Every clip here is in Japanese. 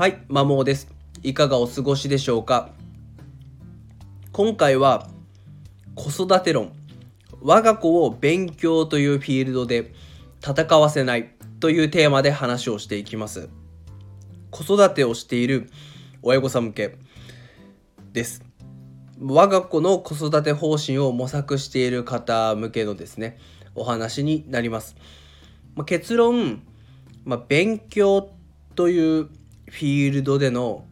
はい、マモーです。いかがお過ごしでしょうか。今回は子育て論、我が子を勉強というフィールドで戦わせないというテーマで話をしていきます。子育てをしている親御さん向けです。我が子の子育て方針を模索している方向けのですね、お話になります。結論、勉強というフィールドでの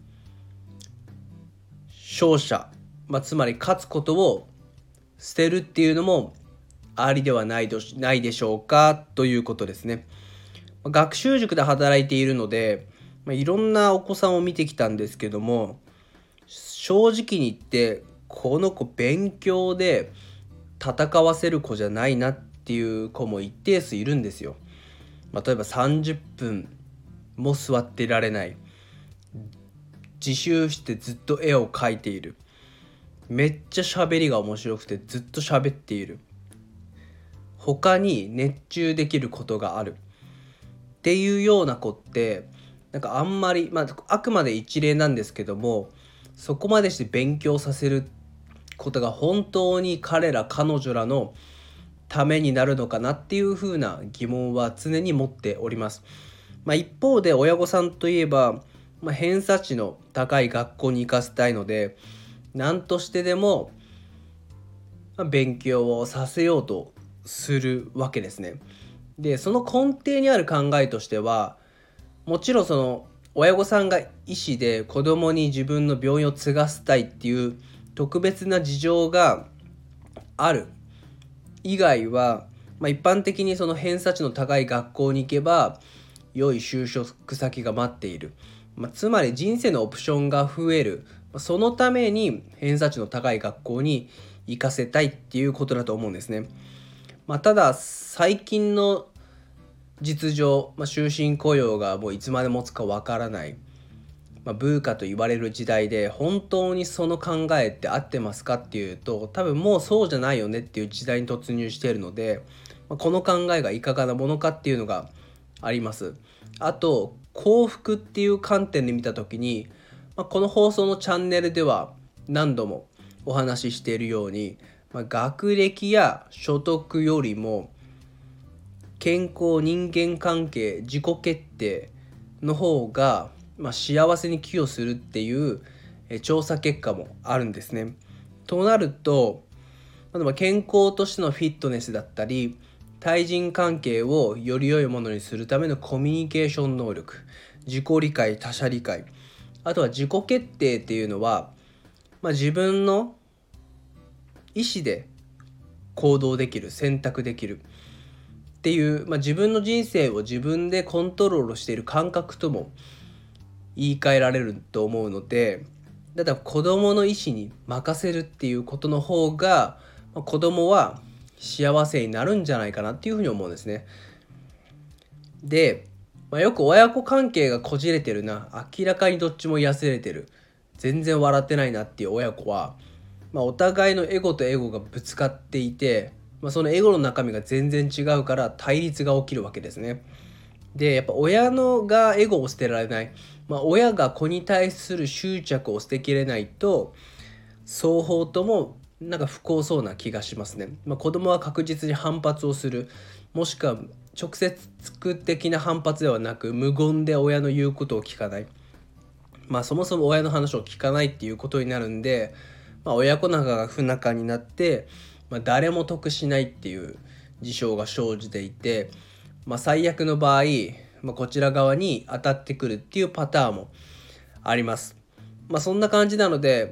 勝者、つまり勝つことを捨てるっていうのもありではないでしょうかということですね。学習塾で働いているので、いろんなお子さんを見てきたんですけども、正直に言ってこの子勉強で戦わせる子じゃないなっていう子も一定数いるんですよ。例えば30分も座っていられない、自習してずっと絵を描いている、めっちゃ喋りが面白くてずっと喋っている、他に熱中できることがあるっていうような子ってあんまり、あくまで一例なんですけども、そこまでして勉強させることが本当に彼女らのためになるのかなっていう風な疑問は常に持っております。一方で親御さんといえば、偏差値の高い学校に行かせたいので、何としてでも勉強をさせようとするわけですね。で、その根底にある考えとしては、もちろんその親御さんが医師で子供に自分の病院を継がせたいっていう特別な事情がある以外は、一般的にその偏差値の高い学校に行けば良い就職先が待っている、つまり人生のオプションが増える、そのために偏差値の高い学校に行かせたいっていうことだと思うんですね。ただ最近の実情、終身雇用がもういつまで持つかわからない、ブーカと言われる時代で本当にその考えって合ってますかっていうと、多分もうそうじゃないよねっていう時代に突入しているので、この考えがいかがなものかっていうのがあります。あと幸福っていう観点で見た時に、この放送のチャンネルでは何度もお話ししているように、学歴や所得よりも健康、人間関係、自己決定の方が、幸せに寄与するっていう調査結果もあるんですね。となると、健康としてのフィットネスだったり、対人関係をより良いものにするためのコミュニケーション能力、自己理解、他者理解、あとは自己決定っていうのは、自分の意思で行動できる、選択できるっていう、自分の人生を自分でコントロールしている感覚とも言い換えられると思うので、だから子供の意思に任せるっていうことの方が、子供は幸せになるんじゃないかなっていうふうに思うんですね。で、よく親子関係がこじれてるな、明らかにどっちも痩せれてる、全然笑ってないなっていう親子は、お互いのエゴとエゴがぶつかっていて、そのエゴの中身が全然違うから対立が起きるわけですね。で、やっぱ親のがエゴを捨てられない、親が子に対する執着を捨てきれないと、双方とも不幸そうな気がしますね。子供は確実に反発をする、もしくは直接的な反発ではなく無言で親の言うことを聞かない、そもそも親の話を聞かないっていうことになるんで、親子仲が不仲になって、誰も得しないっていう事象が生じていて、最悪の場合、こちら側に当たってくるっていうパターンもあります。そんな感じなので、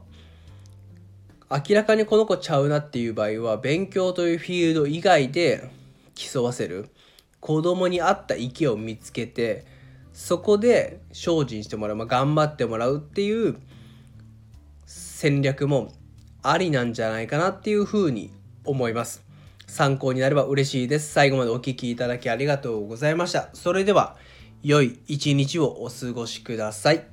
明らかにこの子ちゃうなっていう場合は、勉強というフィールド以外で競わせる、子供に合った池を見つけて、そこで精進してもらう、頑張ってもらうっていう戦略もありなんじゃないかなっていうふうに思います。参考になれば嬉しいです。最後までお聞きいただきありがとうございました。それでは良い一日をお過ごしください。